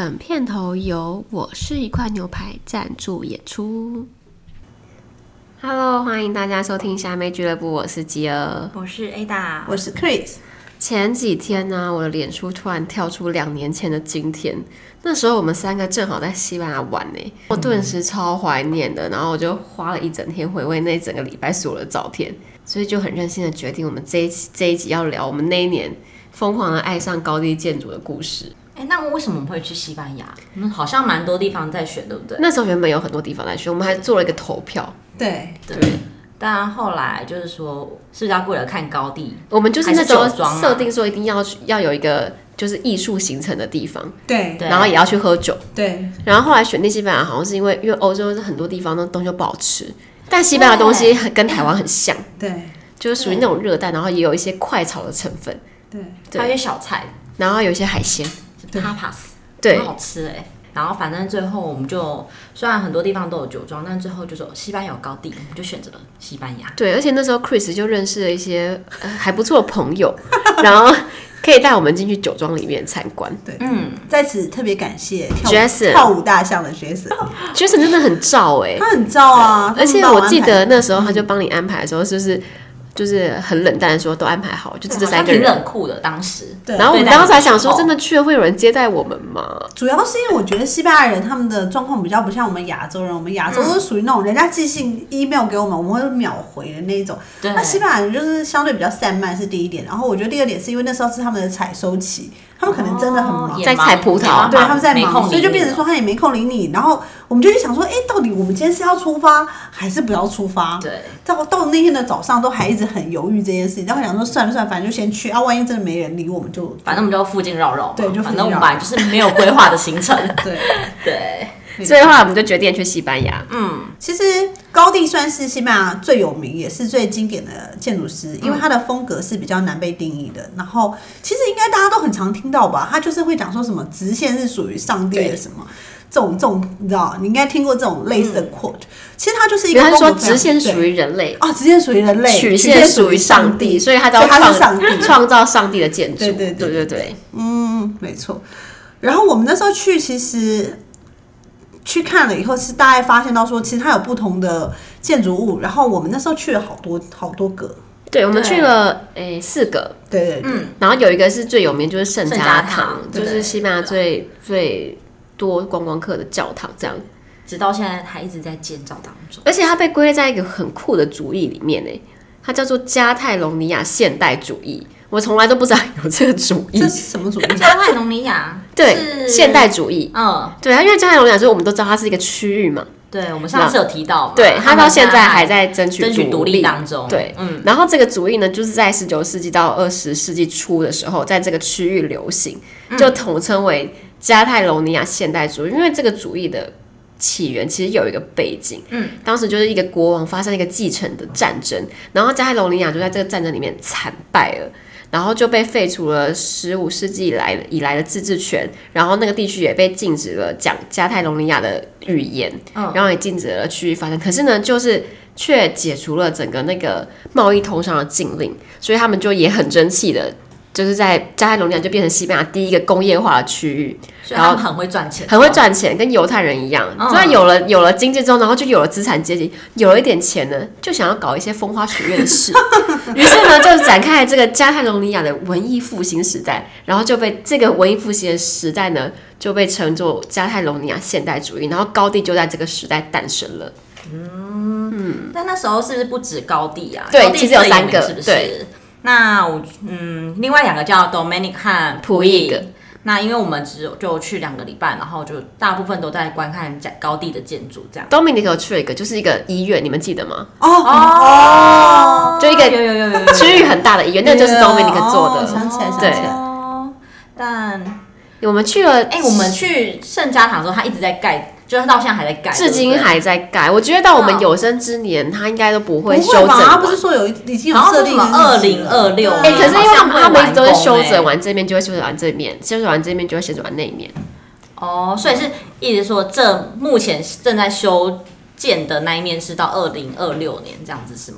本片头由我是一块牛排赞助演出。Hello， 欢迎大家收听虾妹俱乐部，我是吉儿， 我是 Ada， 我是 Chris。 前几天呢，我的脸书突然跳出2年前的今天，那时候我们3个正好在西班牙玩呢，我顿时超怀念的，然后我就花了一整天回味那整个礼拜所有的照片，所以就很任性的决定，我们这一集要聊我们那一年疯狂的爱上高地建筑的故事。 那为什么我们会去西班牙？我们好像蛮多地方在选，对不对？ 那时候原本有很多地方在选，我们还做了一个投票。 对， 但后来就是说，是不是要为了看高地？ 我们就是那时候设定说一定要有一个就是艺术行程的地方， 对， 然后也要去喝酒， 对。 然后后来选定西班牙，好像是因为欧洲很多地方那东西都不好吃，但西班牙的东西跟台湾很像， 对， 就是属于那种热带，然后也有一些快炒的成分， 对， 还有一些小菜， 然我有一些海鲜 ，tapas， 对， 很好吃哎。然后反正最后我们就虽然很多地方都有酒庄，但最后就说西班牙有高地，我们就选择了西班牙。 对，而且那时候 Chris 就认识了一些还不错的朋友，然后可以带我们进去酒庄里面参观。 对，在此特别感谢跳舞大象的 Jason 真的很照哎， 他很照啊， 而且我记得那时候他就帮你安排的时候，就是很冷淡的说都安排好，就这3个人， 挺冷酷的当时。 然后我们当时还想说，真的去了会有人接待我们吗？ 主要是因为我觉得西班牙人他们的状况比较不像我们亚洲人，我们亚洲都是属于那种人家寄信 email 给我们，我们会秒回的那一种。那西班牙人就是相对比较散漫，是第一点。然后我觉得第二点是因为那时候是他们的采收期。他们可能真的很忙， 在采葡萄， 对，他们在忙，所以就变成说他也没空理你。然后我们就去想说，到底我们今天是要出发还是不要出发？ 对， 到那天的早上都还一直很犹豫这件事情。然后想说算了，反正就先去啊，万一真的没人理我们就， 反正我们就附近绕绕， 对，就反正我们本来就是没有规划的行程，对。 所以后来我们就决定去西班牙。 其实高地算是西班牙最有名也是最经典的建筑师，因为他的风格是比较难被定义的。然后其实应该大家都很常听到吧，他就是会讲说什么直线是属于上帝的什么这种，你知道，你应该听过这种类似的 quote。其实他就是一个， 他说直线属于人类啊，直线属于人类， 曲线属于上帝，所以他叫创造上帝的建筑。对， 没错。然后我们那时候去，其实去看了以后，是大概发现到说，其实它有不同的建筑物。然后我们那时候去了好多个， 对，我们去了4个， 对， 然后有一个是最有名，就是圣家堂，就是西班牙最多观光客的教堂，这样， 直到现在还一直在建造当中。 而且它被归类在一个很酷的主义里面呢，它叫做加泰隆尼亚现代主义。我从来都不知道有这个主义， 这是什么主义？ 加泰隆尼亚对，现代主义。对，因为加泰隆尼亚，所以我们都知道它是一个区域嘛。 对，我们上次有提到嘛。 对，它到现在还在争取独立当中。 对，然后这个主义呢，就是在19世纪到20世纪初的时候，在这个区域流行，就统称为加泰隆尼亚现代主义。因为这个主义的起源其实有一个背景，当时就是一个国王发生一个继承的战争，然后加泰隆尼亚就在这个战争里面惨败了。然后就被废除了15世纪以来的自治权，然后那个地区也被禁止了讲加泰隆尼亚的语言，然后也禁止了区域发展。可是呢，就是却解除了整个那个贸易通商的禁令，所以他们就也很争气的，就是在加泰隆尼亚就变成西班牙第一个工业化的区域， 然后很会赚钱， 很会赚钱，跟犹太人一样。所以有了经济之后，然后就有了资产阶级，有了一点钱呢，就想要搞一些风花雪月的事。于是呢，就展开了这个加泰隆尼亚的文艺复兴时代，然后就被这个文艺复兴的时代呢，就被称作加泰隆尼亚现代主义，然后高地就在这个时代诞生了。 但那时候是不是不止高地啊？ 对，其实有3个， 是不是？ 对。 那另外2个叫 Dominic 和普伊格。 那因为我们就去2个礼拜，然后就大部分都在观看高地的建筑，这样。 Dominic 有去了一个，就是一个医院，你们记得吗？就一个有区域很大的医院，那就是 Dominic 做的。 想起来。 对。 但我们去了， 我们去圣家堂的时候，它一直在盖。就是到现在还在盖， 至今还在盖。我觉得到我们有生之年，他应该都不会修整完。 他不是说已经有设定 2026？ 可是因为他们一直都是修整完这面就会修整完这面，修整完这面就会修整完那面。 所以是意思说，这目前正在修建的那一面是到2026年这样子是吗？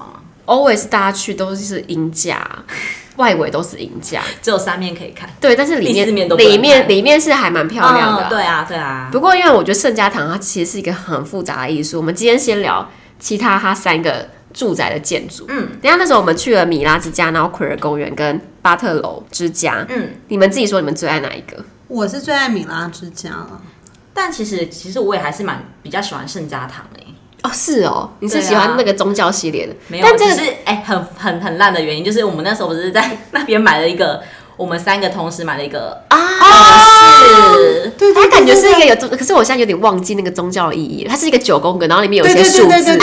always 大家去都是鹰架，外围都是鹰架， 只有3面可以看。 对，但是里第4面都不能看里面是还蛮漂亮的、 对啊，对啊。 不过因为我觉得圣家堂它其实是一个很复杂的艺术，我们今天先聊其他它3个住宅的建筑。等一下那时候我们去了米拉之家，然后奎尔公园跟巴特楼之家。你们自己说你们最爱哪一个？ 我是最爱米拉之家了， 但其实我也还是比较喜欢圣家堂哦，是哦，你是喜欢那个宗教系列的？ 没有，但这个是很烂的原因，就是我们那时候不是在那边买了一个，我们3个同时买了一个是， 对， 它感觉是一个有，可是我现在有点忘记那个宗教的意义了。它是一个9宫格，然后里面有一些数字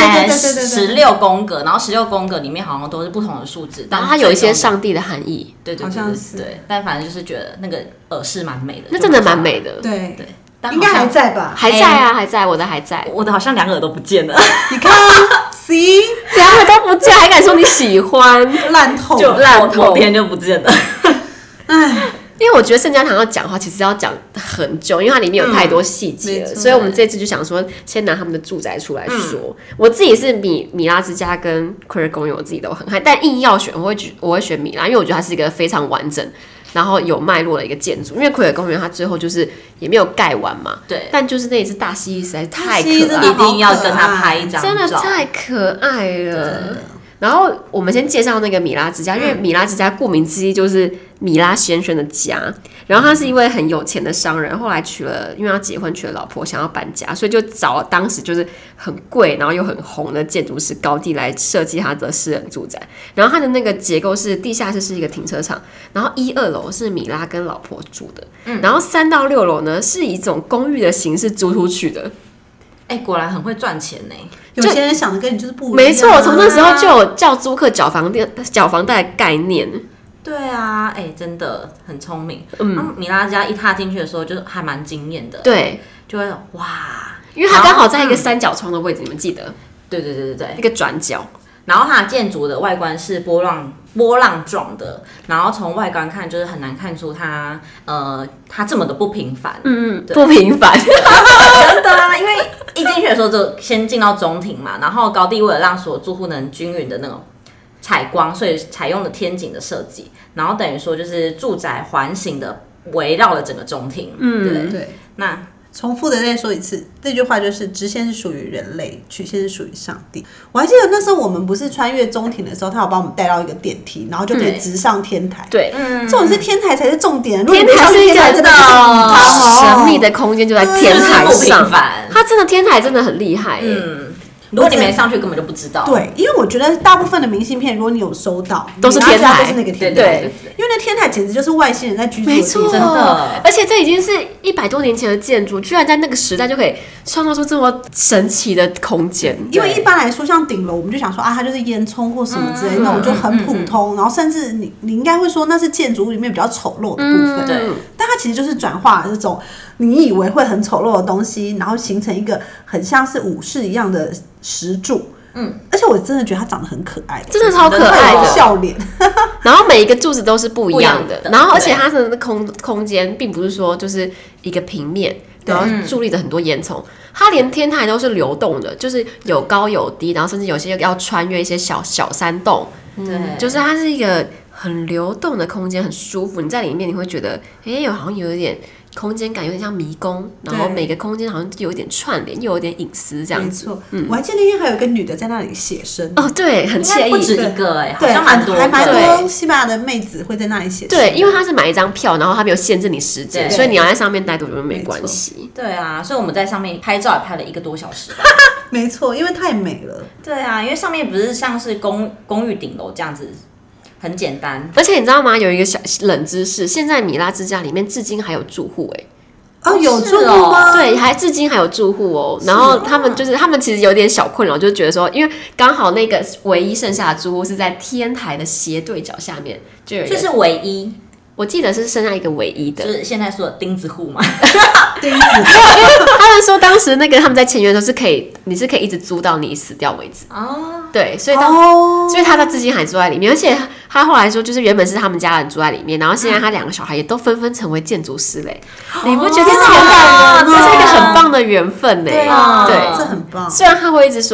，16宫格，然后16宫格里面好像都是不同的数字， 然后它有一些上帝的含义。 对，但反正就是觉得那个耳饰蛮美的， 那真的蛮美的。 对。应该还在吧？ 还在啊，还在，我的还在， 我的好像2耳都不见了。 你看，See， 2耳都不见，还敢说你喜欢？ 烂透， 就烂透，某天就不见了。 唉， 因为我觉得圣家堂要讲的话，其实要讲很久，因为它里面有太多细节了，所以我们这次就想说，先拿他们的住宅出来说。我自己是米拉之家跟奎尔公园，我自己都很爱，但硬要选，我会选米拉，因为我觉得它是一个非常完整。然后有脉络的一个建筑，因为奎尔公园它最后就是也没有盖完嘛， 对。 但就是那一只大蜥蜴实在是太可爱， 一定要跟它拍一张照， 真的太可爱了。然后我们先介绍那个米拉之家，因为米拉之家顾名思义就是米拉先生的家。然后他是一位很有钱的商人，后来因为要结婚娶了老婆，想要搬家，所以就找了当时就是很贵然后又很红的建筑师高第来设计他的私人住宅。然后他的那个结构是地下室是一个停车场，然后1、2楼是米拉跟老婆住的，然后3到6楼呢是以一种公寓的形式租出去的。 果然很会赚钱呢。 有些人想的跟你就是不一样。 没错，从那时候就有叫租客缴房贷的概念。 对啊，真的很聪明。米拉家一踏进去的时候，就还蛮惊艳的。 对， 就会哇， 因为它刚好在一个3角窗的位置，你们记得？ 对， 一个转角。 然后它的建筑的外观是波浪状的，然后从外观看就是很难看出它这么的不平凡。 不平凡， 真的啊！因为一进去的时候就先进到中庭嘛，然后高第为了让所有住户能均匀的那种采光，所以采用了天井的设计，然后等于说就是住宅环形的围绕了整个中庭。 对。 那重复的再说一次，这句话就是直线是属于人类，曲线是属于上帝。我还记得那时候我们不是穿越中庭的时候，他有把我们带到一个电梯，然后就可以直上天台。 对， 重点是天台才是重点。 天台是一个真的神秘的空间，就在天台上。它真的天台真的很厉害。 如果你没上去，根本就不知道。 对，因为我觉得大部分的明信片，如果你有收到， 都是天台， 都是那个天台。 对， 因为那天台简直就是外星人在居住的地方。 没错，真的。而且这已经是100多年前的建筑，居然在那个时代就可以创造出这么神奇的空间。 因为一般来说，像顶楼，我们就想说啊，它就是烟囱或什么之类，那种就很普通。然后甚至你应该会说，那是建筑物里面比较丑陋的部分。 对， 但它其实就是转化了这种你以为会很丑陋的东西，然后形成一个很像是武士一样的石柱。而且我真的觉得它长得很可爱， 真的超可爱的笑脸。 然后每一个柱子都是不一样的，然后而且它的空间并不是说就是一个平面，然后伫立着很多烟囱，它连天台都是流动的，就是有高有低，然后甚至有些要穿越一些小山洞，就是它是一个很流动的空间，很舒服。你在里面你会觉得，好像有一点空间感，有点像迷宫，然后每个空间好像有一点串联，又有点隐私这样子。 没错，我还记得那天还有一个女的在那里写生。 哦，对，很惬意， 不止一个好像蛮多， 还蛮多西班牙的妹子会在那里写生。 对，因为她是买一张票，然后她没有限制你时间，所以你要在上面待多久都没关系。 对啊，所以我们在上面拍照也拍了1个多小时吧。 没错，因为太美了。 对啊，因为上面不是像是公寓顶楼这样子。很简单， 而且你知道吗？有一个小冷知识，现在米拉之家里面至今还有住户有住户吗？ 对，至今还有住户哦。然后他们其实有点小困扰，就是觉得说，因为刚好那个唯一剩下的住户是在天台的斜对角下面，就有一个， 这是唯一。 我记得是剩下一个唯一的， 就是现在说的钉子户嘛。 钉子， 因为他们说当时那个他们在签约的时候你是可以一直租到你死掉为止。对，所以他的资金还住在里面，而且他后来说，就是原本是他们家人住在里面，然后现在他2个小孩也都纷纷成为建筑师嘞。你不觉得这是一个很棒的缘分呢？ 对，这很棒。 虽然他会一直说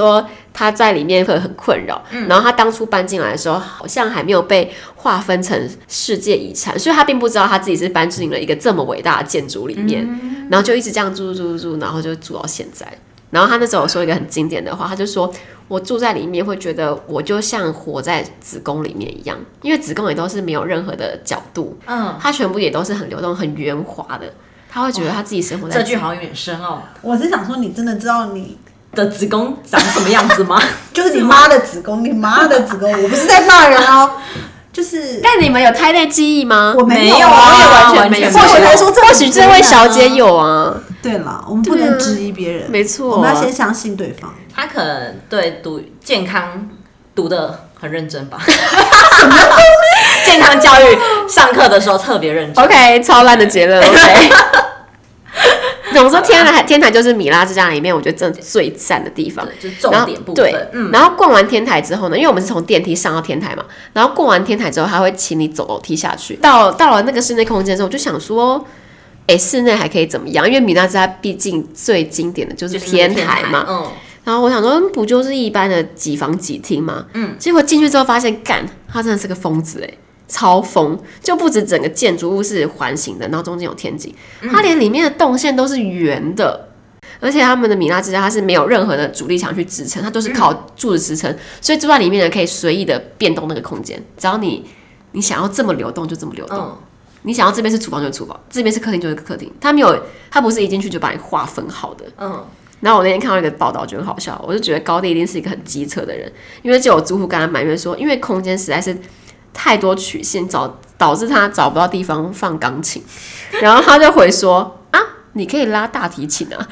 他在里面会很困扰。然后他当初搬进来的时候，好像还没有被划分成世界遗产，所以他并不知道他自己是搬进了一个这么伟大的建筑里面，然后就一直这样住，然后就住到现在。然后他那时候有说一个很经典的话，他就说：“我住在里面会觉得我就像活在子宫里面一样，因为子宫也都是没有任何的角度，它全部也都是很流动、很圆滑的。他会觉得他自己生活在…… 这句好像有点深奥。 我是想说，你真的知道你的子宫长什么样子吗？ 就是你妈的子宫，你妈的子宫，我不是在骂人哦。”就是， 但你们有胎内记忆吗？ 我没有啊， 我也完全没有。或许这位小姐有啊。 对啦，我们不能质疑别人， 没错， 我们要先相信对方。 他可能对读健康读得很认真吧？健康教育上课的时候特别认真。 OK， 超烂的结论。OK。我说天台就是米拉之家里面，我觉得真的最赞的地方， 就是重点部分。 对，然后逛完天台之后呢，因为我们是从电梯上到天台嘛，然后逛完天台之后，他会请你走楼梯下去。到了那个室内空间之后，我就想说，室内还可以怎么样？因为米拉之家毕竟最经典的就是天台嘛。然后我想说，不就是一般的几房几厅吗？结果进去之后发现，他真的是个疯子超疯，就不止整个建筑物是环形的，然后中间有天井，它连里面的动线都是圆的，而且他们的米拉之家它是没有任何的主力墙去支撑，它都是靠柱子支撑，所以住在里面的可以随意的变动那个空间，只要你想要这么流动就这么流动，你想要这边是厨房就是厨房，这边是客厅就是客厅，它不是一进去就把你划分好的。然后我那天看到一个报道，觉得很好笑，我就觉得高地一定是一个很机车的人，因为就有租户跟他埋怨说，因为空间实在是太多曲线，导致他找不到地方放钢琴，然后他就回说啊，你可以拉大提琴啊。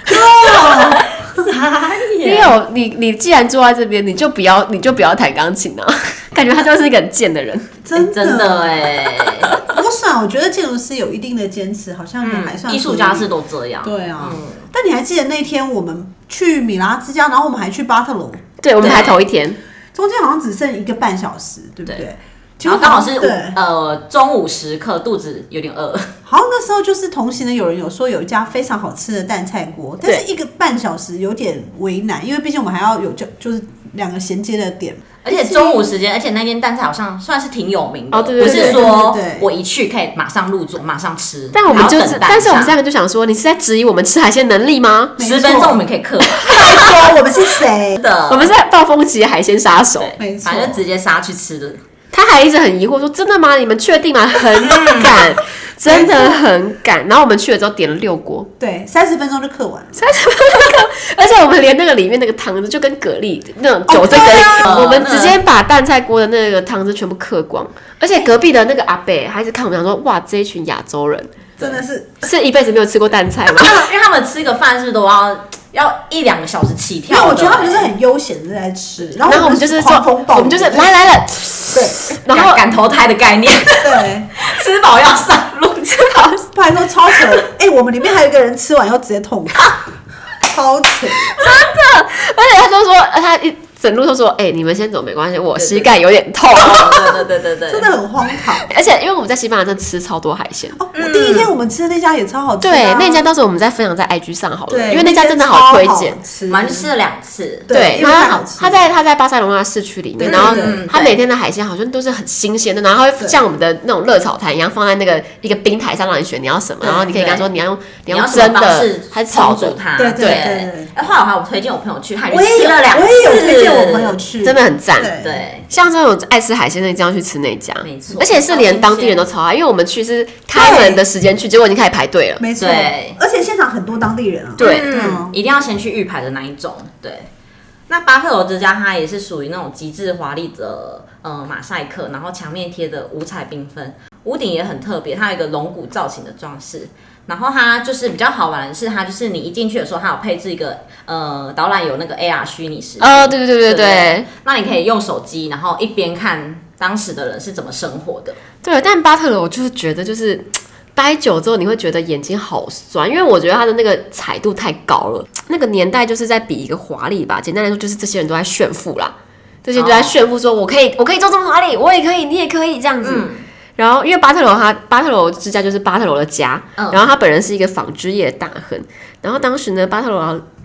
你既然坐在这边，你就不要弹钢琴啊。感觉他就是一个很贱的人， 真的不算，我觉得建筑师有一定的坚持，好像也还算。 艺术家是都这样。 对啊，但你还记得那天我们去米拉之家，然后我们还去巴特罗， 对，我们还头一天， 中间好像只剩1个半小时，对不对？ 然后刚好是中午时刻，肚子有点饿。 好像那时候就是同行的有人有说有一家非常好吃的淡菜锅，但是1个半小时有点为难，因为毕竟我们还要有就是2个衔接的点， 而且中午时间，而且那间淡菜好像算是挺有名的， 对， 不是说我一去可以马上入座马上吃， 但是我们3个就想说，你是在质疑我们吃海鲜能力吗 ？10分钟我们可以克， 说我们是谁的？ 我们是暴风期海鲜杀手， 没错， 反正就直接杀去吃的。 他还一直很疑惑说：“真的吗？你们确定吗？很赶，真的很赶。”然后我们去了之后点了6锅， 对，30分钟就嗑完了。 30分钟而且我们连那个里面那个汤汁就跟蛤蜊那种酒蒸蛤蜊，我们直接把淡菜锅的那个汤汁全部嗑光。而且隔壁的那个阿伯还是看我们讲说：“哇，这一群亚洲人真的是一辈子没有吃过淡菜吗？” 因为他们吃个饭是不是都要1-2个小时起跳？ 因为我觉得他们就是很悠闲的在吃，然后我们就是说，我们就是来了， 对， 然后赶投胎的概念， 对， 吃饱要上路， 吃饱不然说超扯。我们里面还有一个人吃完以后直接痛哭，超扯，真的。而且他就说，他整路都说：“你们先走没关系，我膝盖有点痛。” 对， 真的很荒唐。 而且因为我们在西班牙真的吃超多海鲜， 第一天我们吃的那家也超好吃， 对，那家到时候我们再分享在 IG 上好了， 对， 因为那家真的好推荐， 我们吃了2次， 对，他在巴塞隆纳市区里面，然后他每天的海鲜好像都是很新鲜的，然后像我们的那种热炒摊一样放在那个一个冰台上让你选你要什么，然后你可以跟他说你要蒸的还是炒的， 对。后来我推荐我朋友去，他也吃了2次， 我也有推荐我朋友去， 真的很赞。 对， 像这种爱吃海鲜的，这样去吃那家， 没错， 而且是连当地人都超爱，因为我们去是开门的时间去，结果已经开始排队了， 没错，而且现场很多当地人啊， 对， 一定要先去预排的那一种，对。那巴特罗之家它也是属于那种极致华丽的马赛克，然后墙面贴的五彩缤纷，屋顶也很特别，它有一个龙骨造型的装饰。然后它就是比较好玩的是，它就是你一进去的时候，它有配置一个导览有那个 AR 虚拟实境， 对， 那你可以用手机，然后一边看当时的人是怎么生活的。 对，但巴特罗我就是觉得就是待久之后你会觉得眼睛好酸，因为我觉得它的那个彩度太高了。那个年代就是在比一个华丽吧，简单来说就是这些人都在炫富啦，这些人都在炫富说我可以做这么华丽，我也可以，你也可以这样子。然后，因为巴特罗之家就是巴特罗的家，然后他本人是一个纺织业的大亨。然后当时呢，巴特罗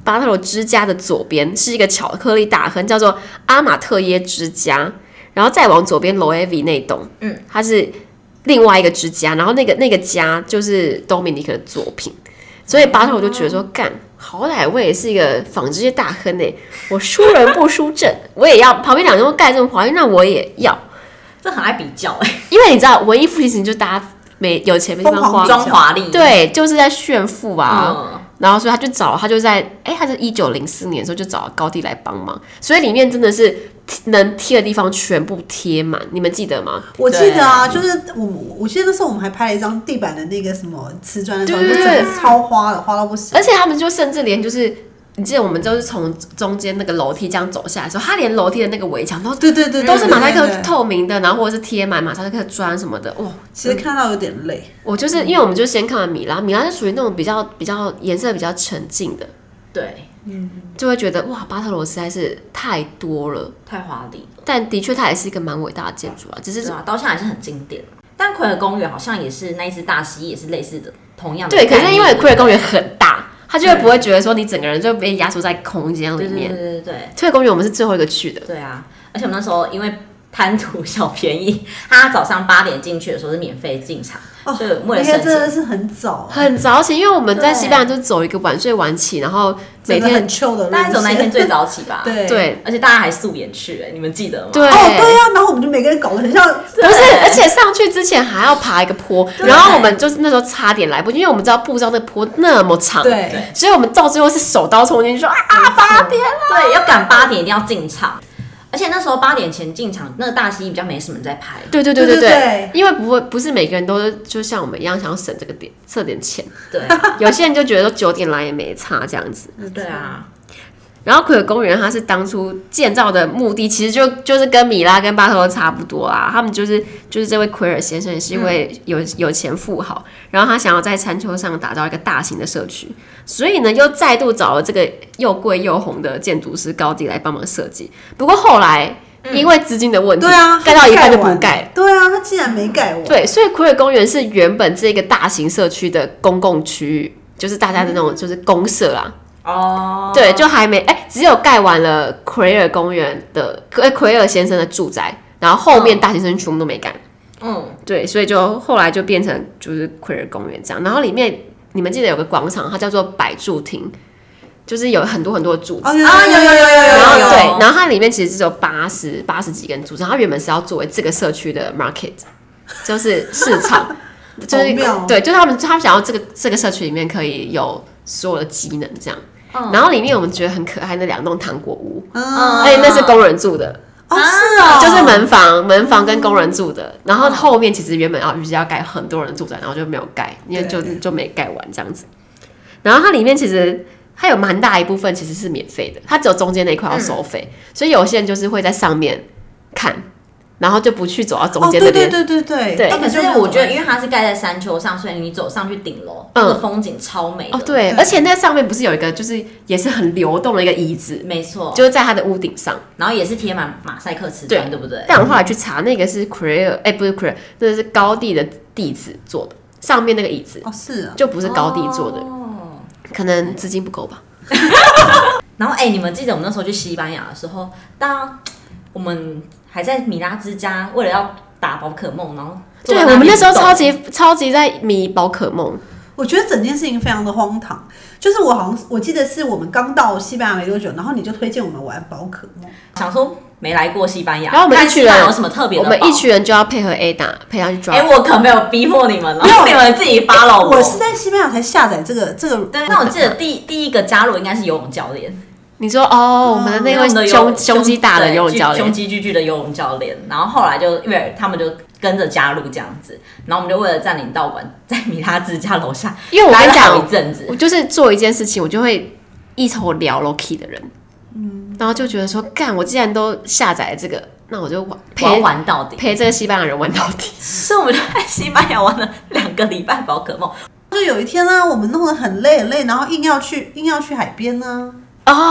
巴特罗之家的左边是一个巧克力大亨，叫做阿马特耶之家，然后再往左边 Loewe 那栋，它是另外一个之家，然后那个家就是 Dominic 的作品，所以巴特罗就觉得说，干，好歹我也是一个纺织业大亨我输人不输阵，我也要旁边两栋盖这么华丽，那我也要。 这很爱比较因为你知道文艺复兴就大家有钱没地方花， 装华丽， 对，就是在炫富啊。然后所以他就在他是1904年的时候就找高第来帮忙，所以里面真的是能贴的地方全部贴满，你们记得吗？ 我记得啊，就是我记得那时候我们还拍了一张地板的那个什么瓷砖的照片，就整个超花的，花到不行。 而且他们就甚至连就是你记得我们就是从中间那个楼梯这样走下来的时候，他连楼梯的那个围墙都对都是马赛克透明的，然后或者是贴满马赛克砖什么的，哇！ 其实看到有点累。 我就是因为我们就先看完米拉是属于那种比较颜色比较沉静的， 对， 就会觉得哇，巴特罗实在是太多了， 太华丽了。 但的确它也是一个蛮伟大的建筑啊，只是到现在还是很经典。但奎尔公园好像也是那一只大蜥蜴，也是类似的同样的对，可是因为奎尔公园很大。他就会不会觉得说你整个人就被压缩在空间里面。 对。 退公园我们是最后一个去的。 对啊，而且我们那时候因为贪图小便宜，他早上8点进去的时候是免费进场，所以为了省钱， 真的是很早， 很早起，因为我们在西班牙就走一个晚睡晚起，然后每天很 chill 的路线， 大概走那一天最早起吧。 对， 而且大家还素颜去，你们记得吗？ 对， 对啊，然后我们就每个人搞得很像， 不是，而且上去之前还要爬一个坡，然后我们就是那时候差点来不及，因为我们知道不知道那个坡那么长， 对， 所以我们到最后是手刀冲进去说8点了， 对，要赶8点一定要进场。而且那时候8点前进场，那个大蜥蜴比较没什么人在拍。 对，因为不是每个人都就像我们一样想要省这个点，测点钱。 对， 有些人就觉得说9点来也没差这样子。 对啊。 然后奎尔公园它是当初建造的目的，其实就是跟米拉跟巴特罗差不多啦。他们就是这位奎尔先生也是一位有钱富豪，然后他想要在山丘上打造一个大型的社区，所以呢又再度找了这个又贵又红的建筑师高第来帮忙设计。不过后来因为资金的问题， 对啊， 盖到一半就不盖。 对啊，他竟然没盖完。 对，所以奎尔公园是原本这个大型社区的公共区域，就是大家的那种就是公社啦。对，就还没只有盖完了奎尔公园的奎尔先生的住宅，然后后面大型社区全部都没盖。对，所以就后来就变成就是奎尔公园这样。然后里面你们记得有个广场，它叫做百柱亭，就是有很多很多的柱子有。 然后对，然后它里面其实只有80几根柱子，它原本是要作为这个社区的 market， 就是市场。就是对，就是他们想要这个社区里面可以有所有的机能这样。然后里面我们觉得很可爱的2栋糖果屋，而且那是工人住的。 是哦， 就是门房跟工人住的。然后后面其实原本预计要盖很多人住宅，然后就没有盖，因为就没盖完这样子。然后它里面其实它有蛮大一部分其实是免费的，它只有中间那一块要收费，所以有些人就是会在上面看。然后就不去走到中间那边。 对。 可是我觉得，因为它是盖在山丘上，所以你走上去顶楼，那个风景超美的。 对，而且那上面不是有一个，就是也是很流动的一个椅子， 没错， 就是在它的屋顶上， 然后也是贴满马赛克瓷砖，对不对？ 但我后来去查，那个是奎尔，不是奎尔，那是高第的弟子做的，上面那个椅子是啊， 就不是高第做的，可能资金不够吧。 然后你们记得我们那时候去西班牙的时候，当我们还在米拉之家，为了要打宝可梦，然后对我们那时候超级在迷宝可梦。 我觉得整件事情非常的荒唐，就是我记得是我们刚到西班牙没多久，然后你就推荐我们玩宝可梦， 想说没来过西班牙， 然后我们一群人有什么特别的？ 我们一群人就要配合 Ada 陪他去抓。 我可没有逼迫你们了，你们自己 follow 我是在西班牙才下载这个。 对，那我记得第一个加入应该是游泳教练。 你说我们的那位胸肌大的游泳教练， 胸肌巨巨的游泳教练，然后后来就因为他们就跟着加入这样子，然后我们就为了占领道馆，在米拉之家楼下， 因为我跟你讲一阵子， 我就是做一件事情，我就会一头聊 Loki 的人，然后就觉得说，干，我既然都下载了这个，那我就玩到底， 陪这个西班牙人玩到底。 所以我们就在西班牙玩了2个礼拜宝可梦。 就有一天呢，我们弄得很累，然后硬要去海边呢。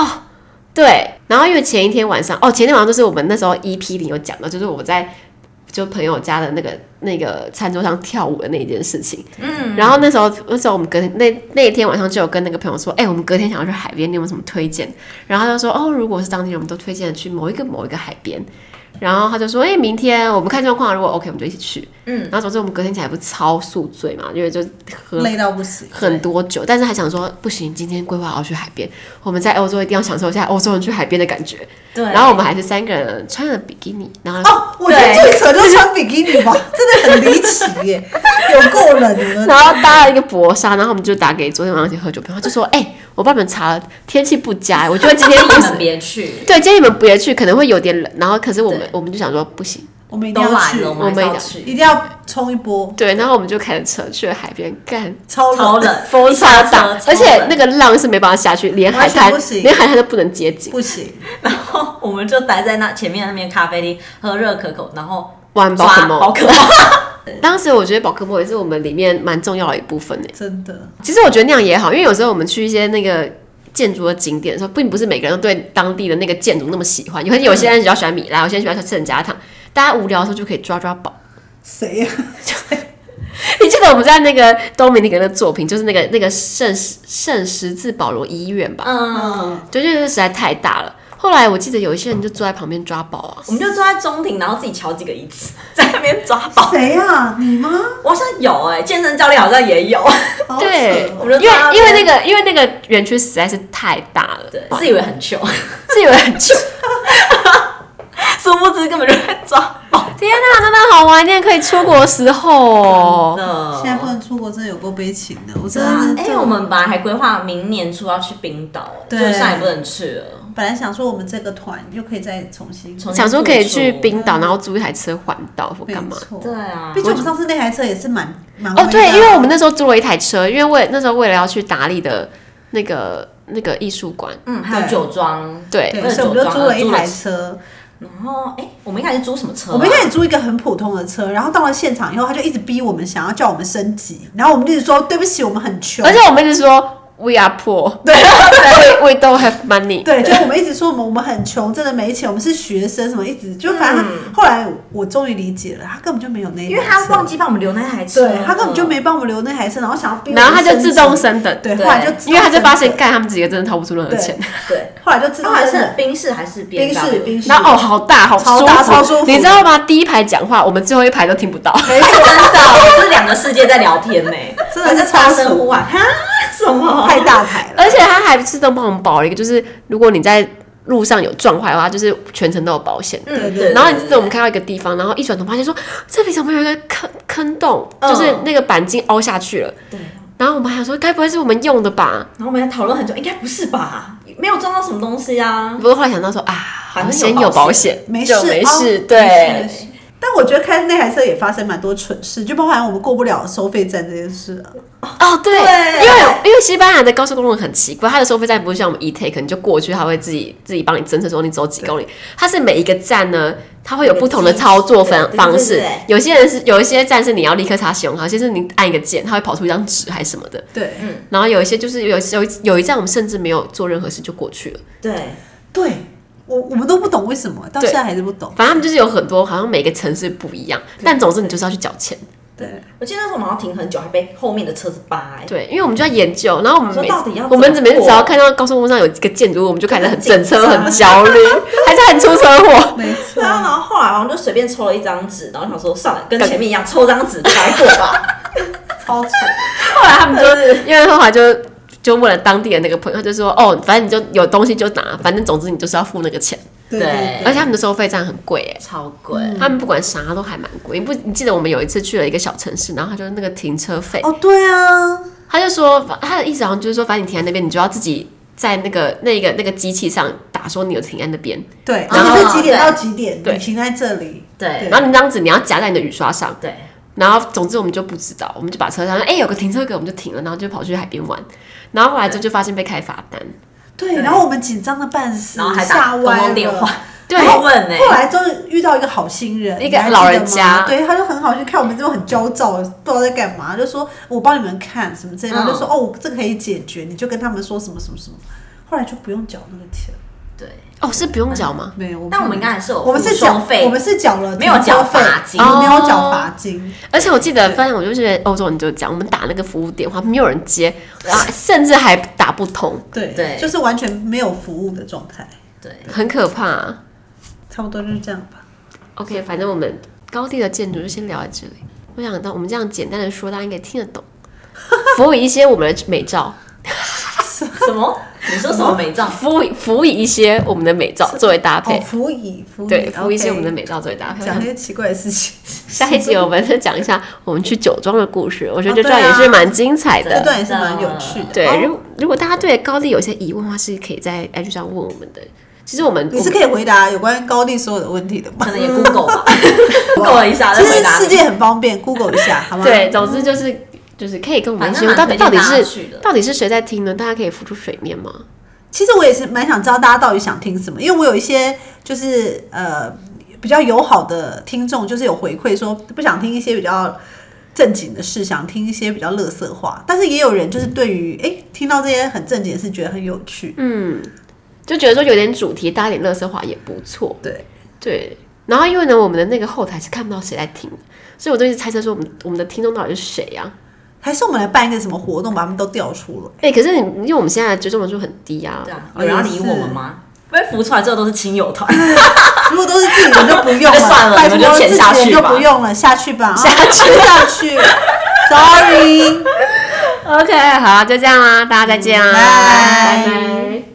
对，然后因为前一天晚上就是我们那时候 EP0有讲到，就是我在就朋友家的那个餐桌上跳舞的那一件事情。然后那时候我们隔天那一天晚上就有跟那个朋友说，我们隔天想要去海边，你有没有什么推荐？然后他就说，如果是当地人，我们都推荐去某一个海边。然后他就说，明天我们看状况，如果 OK 我们就一起去。然后总之我们隔天起来不是超宿醉嘛，因为就喝累到不行， 很多酒，但是还想说不行，今天规划要去海边，我们在欧洲一定要享受一下欧洲人去海边的感觉。 对， 然后我们还是3个人穿了比基尼，然后我觉得最扯就是穿比基尼吧，真的很离奇耶，有够冷的。 然后搭了一个薄纱，然后我们就打给昨天晚上一起喝酒朋友，他就说，我帮你们查了，天气不佳，我觉得今天你们别去。 对，建议你们别去，可能会有点冷。然后可是我们就想说不行， 我们一定要去， 我们要去， 一定要冲一波。 对，然后我们就开着车去了海边，干超冷， 风超大，而且那个浪是没办法下去，连海滩都不能接近， 不行。 然后我们就待在那前面那边咖啡厅喝热可可，然后玩宝可梦。 当时我觉得宝可梦也是我们里面蛮重要的一部分呢。 真的， 其实我觉得那样也好，因为有时候我们去一些那个建筑的景点的时候，并不是每个人都对当地的那个建筑那么喜欢，有些人比较喜欢米拉，有些人喜欢圣家堂。大家无聊的时候就可以抓宝。 谁呀？ 你记得我们在那个东明那个作品，就是那个圣十字保罗医院吧？就觉得实在太大了。后来我记得有一些人就坐在旁边抓宝啊， 我们就坐在中庭，然后自己瞧几个椅子，在那边抓宝。 谁呀？你吗？ 我好像有健身教练好像也有。 对， 我们就因为那个园区实在是太大了， 对，自以为很穷，殊不知根本就在抓宝。 天哪，真的好怀念可以出国的时候哦！ 现在不能出国，真的有够悲情的。我真的我们本来还规划明年初要去冰岛，就现在也不能去了。 本来想说我们这个团又可以再重新想说可以去冰岛，然后租一台车环岛或干嘛？ 对啊， 毕竟我们上次那台车也是蛮对，因为我们那时候租了一台车，因为那时候为了要去达利的那个艺术馆， 还有酒庄， 对， 所以我们就租了一台车。 然后，我们一开始租什么车？ 我们一开始租一个很普通的车，然后到了现场以后，他就一直逼我们想要叫我们升级，然后我们一直说对不起，我们很穷， 而且我们一直说 We are poor， 对 ，We don't have money， 对，就我们一直说我们很穷，真的没钱，我们是学生，什么一直就反正后来我终于理解了，他根本就没有那台车， 因为他忘记帮我们留那台车， 对他根本就没帮我们留那台车，然后想要逼我们， 然后他就自动升等， 对，后来就因为他就发现干他们几个真的掏不出任何钱， 对， 后来就自动升等， 宾士还是宾士， 然后好大，好超大，超舒服， 你知道吗？第一排讲话，我们最后一排都听不到， 没错，真的，这是两个世界在聊天呢， 真的是大声呼喊，什么太大台了。 而且他还自动帮我们保了一个，就是如果你在路上有撞坏的话，就是全程都有保险。 对。 然后我们开到一个地方，然后一转头发现说这里怎么有一个坑洞，就是那个钣金凹下去了。 对。 然后我们还想说，该不会是我们用的吧？ 然后我们还讨论很久，应该不是吧？没有撞到什么东西啊。 不过后来想到说反正先有保险， 没事， 对。 但我觉得开那台车也发生蛮多蠢事，就包含我们过不了收费站这件事对，因为西班牙的高速公路很奇怪，它的收费站不是像我们 e-take， 你就过去，它会自己帮你侦测说你走几公里。它是每一个站呢，它会有不同的操作方式。有一些站是你要立刻插信用卡，有些是你按一个键，它会跑出一张纸还是什么的。 对， 然后有一些就是有一站我们甚至没有做任何事就过去了。 对。我们都不懂为什么，到现在还是不懂。 反正他们就是有很多，好像每个城市不一样，但总之你就是要去缴钱。 对， 我记得那时候我们要停很久，还被后面的车子扒。 对，因为我们就在研究，然后我们我们每次只要看到高速公路上有一个建筑物，我们就开始整车很焦虑，还是很出车祸。 没错。 然后后来好像就随便抽了一张纸，然后想说算了，跟前面一样抽张纸来过吧。 超蠢。 后来他们因为后来就问了当地的那个朋友，他就说反正你就有东西就拿，反正总之你就是要付那个钱。 对， 而且他们的收费站很贵超贵。 他们不管啥都还蛮贵。你记得我们有一次去了一个小城市，然后他就那个停车费。 对啊。 他就说他的意思好像就是说，反正你停在那边，你就要自己在那个机器上打说你有停在那边。 对，然后是几点到几点，你停在这里。 对。 然后你那张纸你要夹在你的雨刷上。 对。 然后总之我们就不知道，我们就把车上有个停车格，我们就停了，然后就跑去海边玩。然后后来就发现被开罚单。 对，然后我们紧张的半死， 然后还打公共电话。 对， 后来终于遇到一个好心人， 一个老人家， 对，他就很好，就看我们这种很焦躁，不知道在干嘛，就说我帮你们看什么之类的，就说这个可以解决，你就跟他们说什么什么什么，后来就不用缴那个钱。 对， 是不用缴吗？ 没有， 但我们应该还是有我们是收费， 我们是缴了没有缴罚金， 我们没有缴罚金。 而且我记得，反正我就是欧洲人就讲，我们打那个服务电话没有人接，甚至还打不通， 对，就是完全没有服务的状态， 对， 很可怕。 差不多就是这样吧。 OK， 反正我们高地的建筑就先聊在这里。我想到我们这样简单的说，大家应该听得懂。辅以一些我们的美照， 什么？你说什么美照？ 辅以一些我们的美照作为搭配。 辅以对，辅以一些我们的美照作为搭配。 讲那些奇怪的事情。 下一集我们再讲一下我们去酒庄的故事，我觉得这段也是蛮精彩的， 这段也是蛮有趣的。 对，如果大家对高地有些疑问的话，是可以在 IG 上问我们的。其实你是可以回答有关高地所有的问题的吗？ 可能也 Google 吧，Google 一下再回答。 其实世界很方便 ，Google 一下，好吗？ 对，总之就是可以跟我们说，到底是谁在听呢？大家可以浮出水面吗？ 其实我也是蛮想知道大家到底想听什么，因为我有一些就是比较友好的听众，就是有回馈说不想听一些比较正经的事，想听一些比较垃圾话，但是也有人就是对于听到这些很正经的事觉得很有趣， 就觉得说有点主题搭点垃圾话也不错，对。然后因为呢，我们的那个后台是看不到谁在听，所以我就一直猜测说我们的听众到底是谁啊？ 还是我们来办一个什么活动，把他们都调出来？ 可是因为我们现在追踪人数很低啊， 对啊，有人要理我们吗？因为浮出来之后都是亲友团， 如果都是自己人就不用了， 算了， 拜托你们就潜下去吧， 自己人就不用了，下去吧， 下去 ，Sorry。 OK， 好，就这样啦，大家再见啦，拜拜。